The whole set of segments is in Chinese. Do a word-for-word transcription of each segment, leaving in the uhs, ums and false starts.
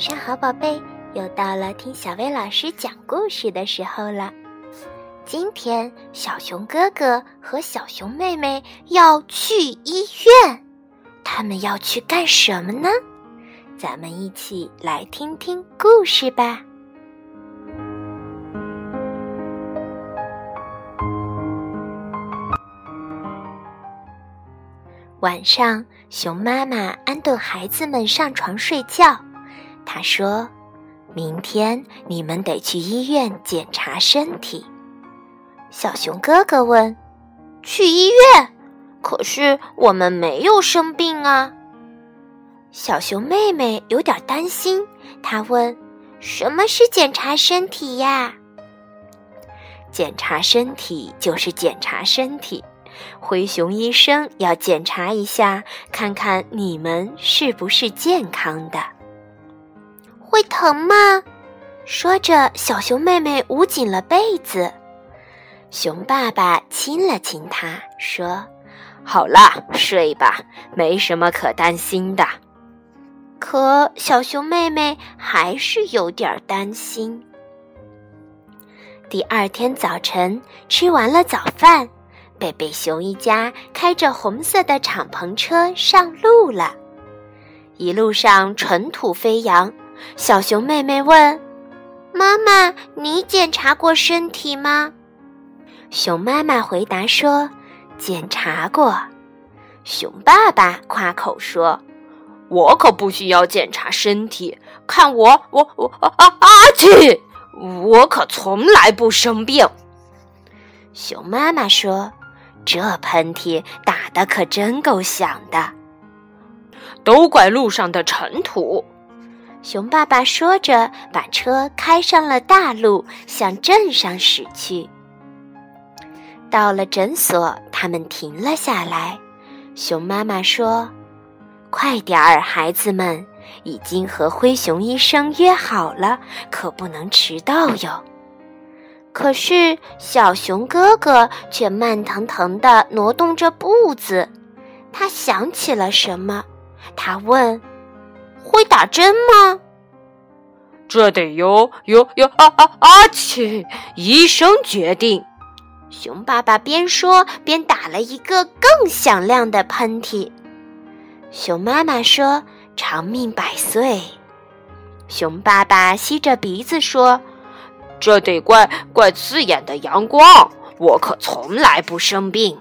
上好，宝贝，又到了听小薇老师讲故事的时候了。今天小熊哥哥和小熊妹妹要去医院，他们要去干什么呢？咱们一起来听听故事吧。晚上，熊妈妈安顿孩子们上床睡觉。她说，明天你们得去医院检查身体。小熊哥哥问，去医院？可是我们没有生病啊。小熊妹妹有点担心，她问，什么是检查身体呀？检查身体就是检查身体。灰熊医生要检查一下，看看你们是不是健康的。会疼吗？说着，小熊妹妹捂紧了被子。熊爸爸亲了亲她，说，好啦，睡吧，没什么可担心的。可小熊妹妹还是有点担心。第二天早晨，吃完了早饭，贝贝熊一家开着红色的敞篷车上路了。一路上尘土飞扬，小熊妹妹问，妈妈，你检查过身体吗？熊妈妈回答说，检查过。熊爸爸夸口说，我可不需要检查身体，看我我我啊啊嚏，我可从来不生病。熊妈妈说，这喷嚏打得可真够响的，都怪路上的尘土。熊爸爸说着，把车开上了大路，向镇上驶去。到了诊所，他们停了下来。熊妈妈说，快点儿，孩子们，已经和灰熊医生约好了，可不能迟到哟。可是小熊哥哥却慢腾腾地挪动着步子，他想起了什么，他问，会打针吗？ 这得由由由啊啊啊切，医生决定。 熊爸爸边说边打了一个更响亮的喷嚏。熊妈妈说，长命百岁。熊爸爸吸着鼻子说， 这得怪怪刺眼的阳光，我可从来不生病。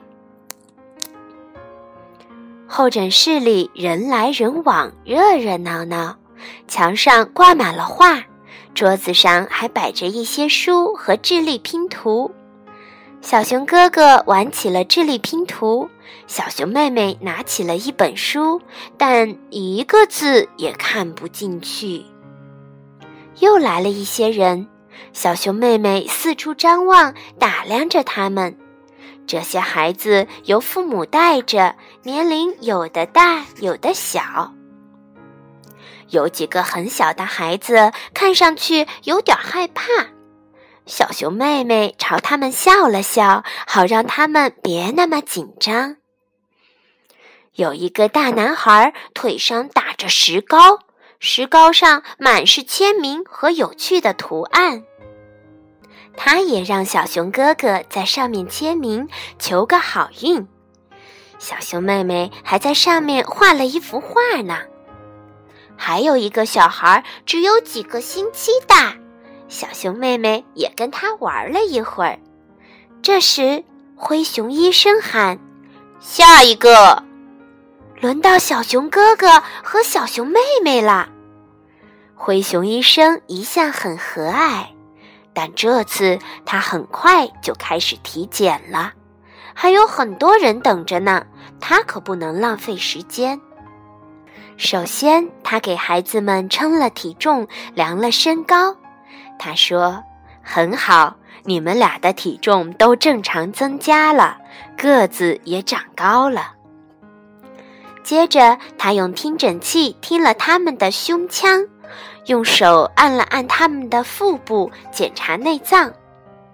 候诊室里人来人往，热热闹闹，墙上挂满了画，桌子上还摆着一些书和智力拼图。小熊哥哥玩起了智力拼图，小熊妹妹拿起了一本书，但一个字也看不进去。又来了一些人，小熊妹妹四处张望，打量着他们。这些孩子由父母带着，年龄有的大，有的小。有几个很小的孩子看上去有点害怕。小熊妹妹朝他们笑了笑，好让他们别那么紧张。有一个大男孩腿上打着石膏，石膏上满是签名和有趣的图案。他也让小熊哥哥在上面签名，求个好运。小熊妹妹还在上面画了一幅画呢。还有一个小孩只有几个星期大，小熊妹妹也跟他玩了一会儿。这时，灰熊医生喊，下一个。轮到小熊哥哥和小熊妹妹了。灰熊医生一向很和蔼，但这次他很快就开始体检了，还有很多人等着呢，他可不能浪费时间。首先，他给孩子们称了体重，量了身高。他说，很好，你们俩的体重都正常增加了，个子也长高了。接着，他用听诊器听了他们的胸腔，用手按了按他们的腹部，检查内脏。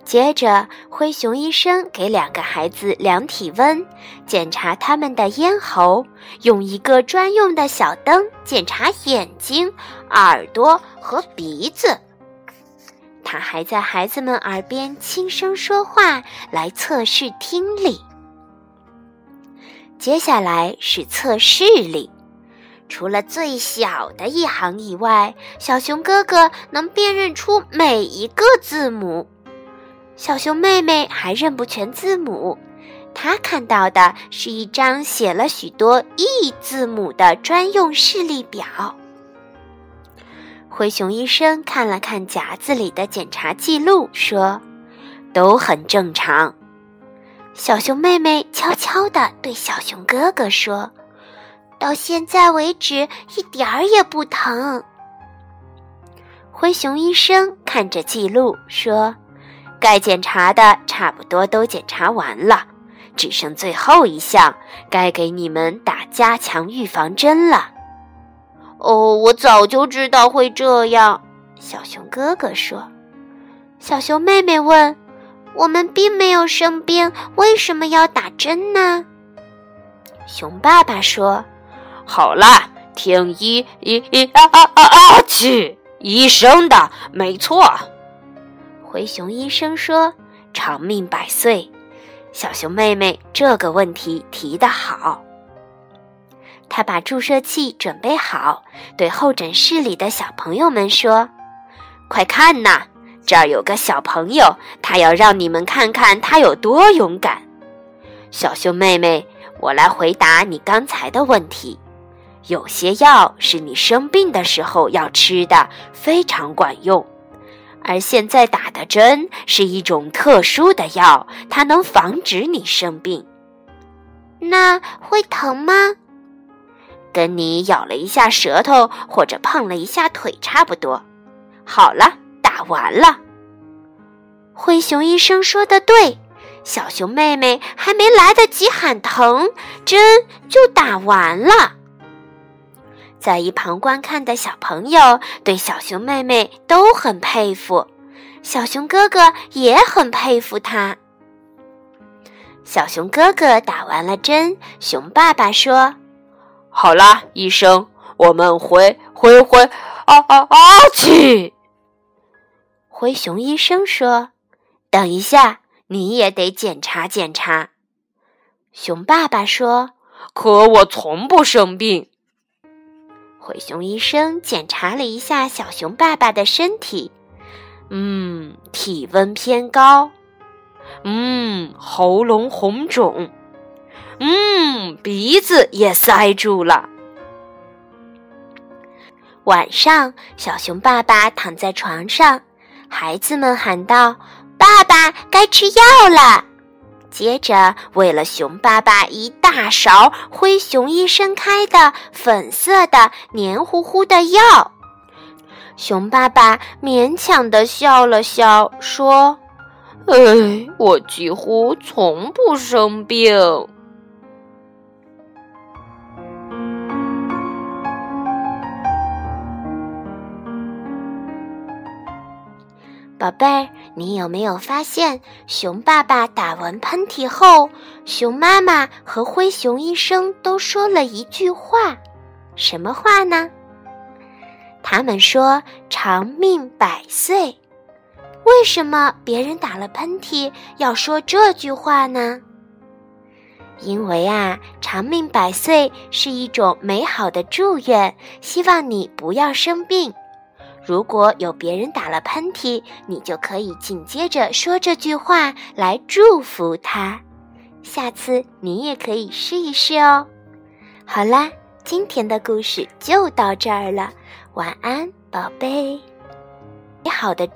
接着，灰熊医生给两个孩子量体温，检查他们的咽喉，用一个专用的小灯检查眼睛、耳朵和鼻子。他还在孩子们耳边轻声说话，来测试听力。接下来是测视力。除了最小的一行以外，小熊哥哥能辨认出每一个字母。小熊妹妹还认不全字母，她看到的是一张写了许多异字母的专用视力表。灰熊医生看了看夹子里的检查记录，说：“都很正常。”小熊妹妹悄悄地对小熊哥哥说：“到现在为止，一点儿也不疼。”灰熊医生看着记录说：“该检查的差不多都检查完了，只剩最后一项，该给你们打加强预防针了。”“哦，我早就知道会这样。”小熊哥哥说。小熊妹妹问：“我们并没有生病，为什么要打针呢？”熊爸爸说：“ 好啦，听医医医啊啊啊啊去，医生的，没错。” 灰熊医生说：“长命百岁。”小熊妹妹这个问题提得好。他把注射器准备好，对候诊室里的小朋友们说：“快看呐，这儿有个小朋友，他要让你们看看他有多勇敢。”小熊妹妹，我来回答你刚才的问题。有些药是你生病的时候要吃的，非常管用。而现在打的针是一种特殊的药，它能防止你生病。那会疼吗？跟你咬了一下舌头或者碰了一下腿差不多。好了，打完了。灰熊医生说的对，小熊妹妹还没来得及喊疼，针就打完了。在一旁观看的小朋友对小熊妹妹都很佩服，小熊哥哥也很佩服她。小熊哥哥打完了针，熊爸爸说：“ 好啦，医生，我们回回回啊啊啊去。” 灰熊医生说：“等一下，你也得检查检查。”熊爸爸说：“ 可我从不生病。” 灰熊医生检查了一下小熊爸爸的身体，嗯，体温偏高， 嗯，喉咙红肿，嗯，鼻子也塞住了。 晚上，小熊爸爸躺在床上，孩子们喊道：“爸爸，该吃药了！”接着，喂了熊爸爸一大勺灰熊医生开的粉色的黏糊糊的药。熊爸爸勉强地笑了笑，说：“ 哎，我几乎从不生病。” 宝贝儿，你有没有发现，熊爸爸打完喷嚏后，熊妈妈和灰熊医生都说了一句话？什么话呢？他们说长命百岁。为什么别人打了喷嚏要说这句话呢？因为啊，长命百岁是一种美好的祝愿，希望你不要生病。如果有别人打了喷嚏，你就可以紧接着说这句话来祝福他。下次你也可以试一试哦。好啦，今天的故事就到这儿了，晚安，宝贝。美好的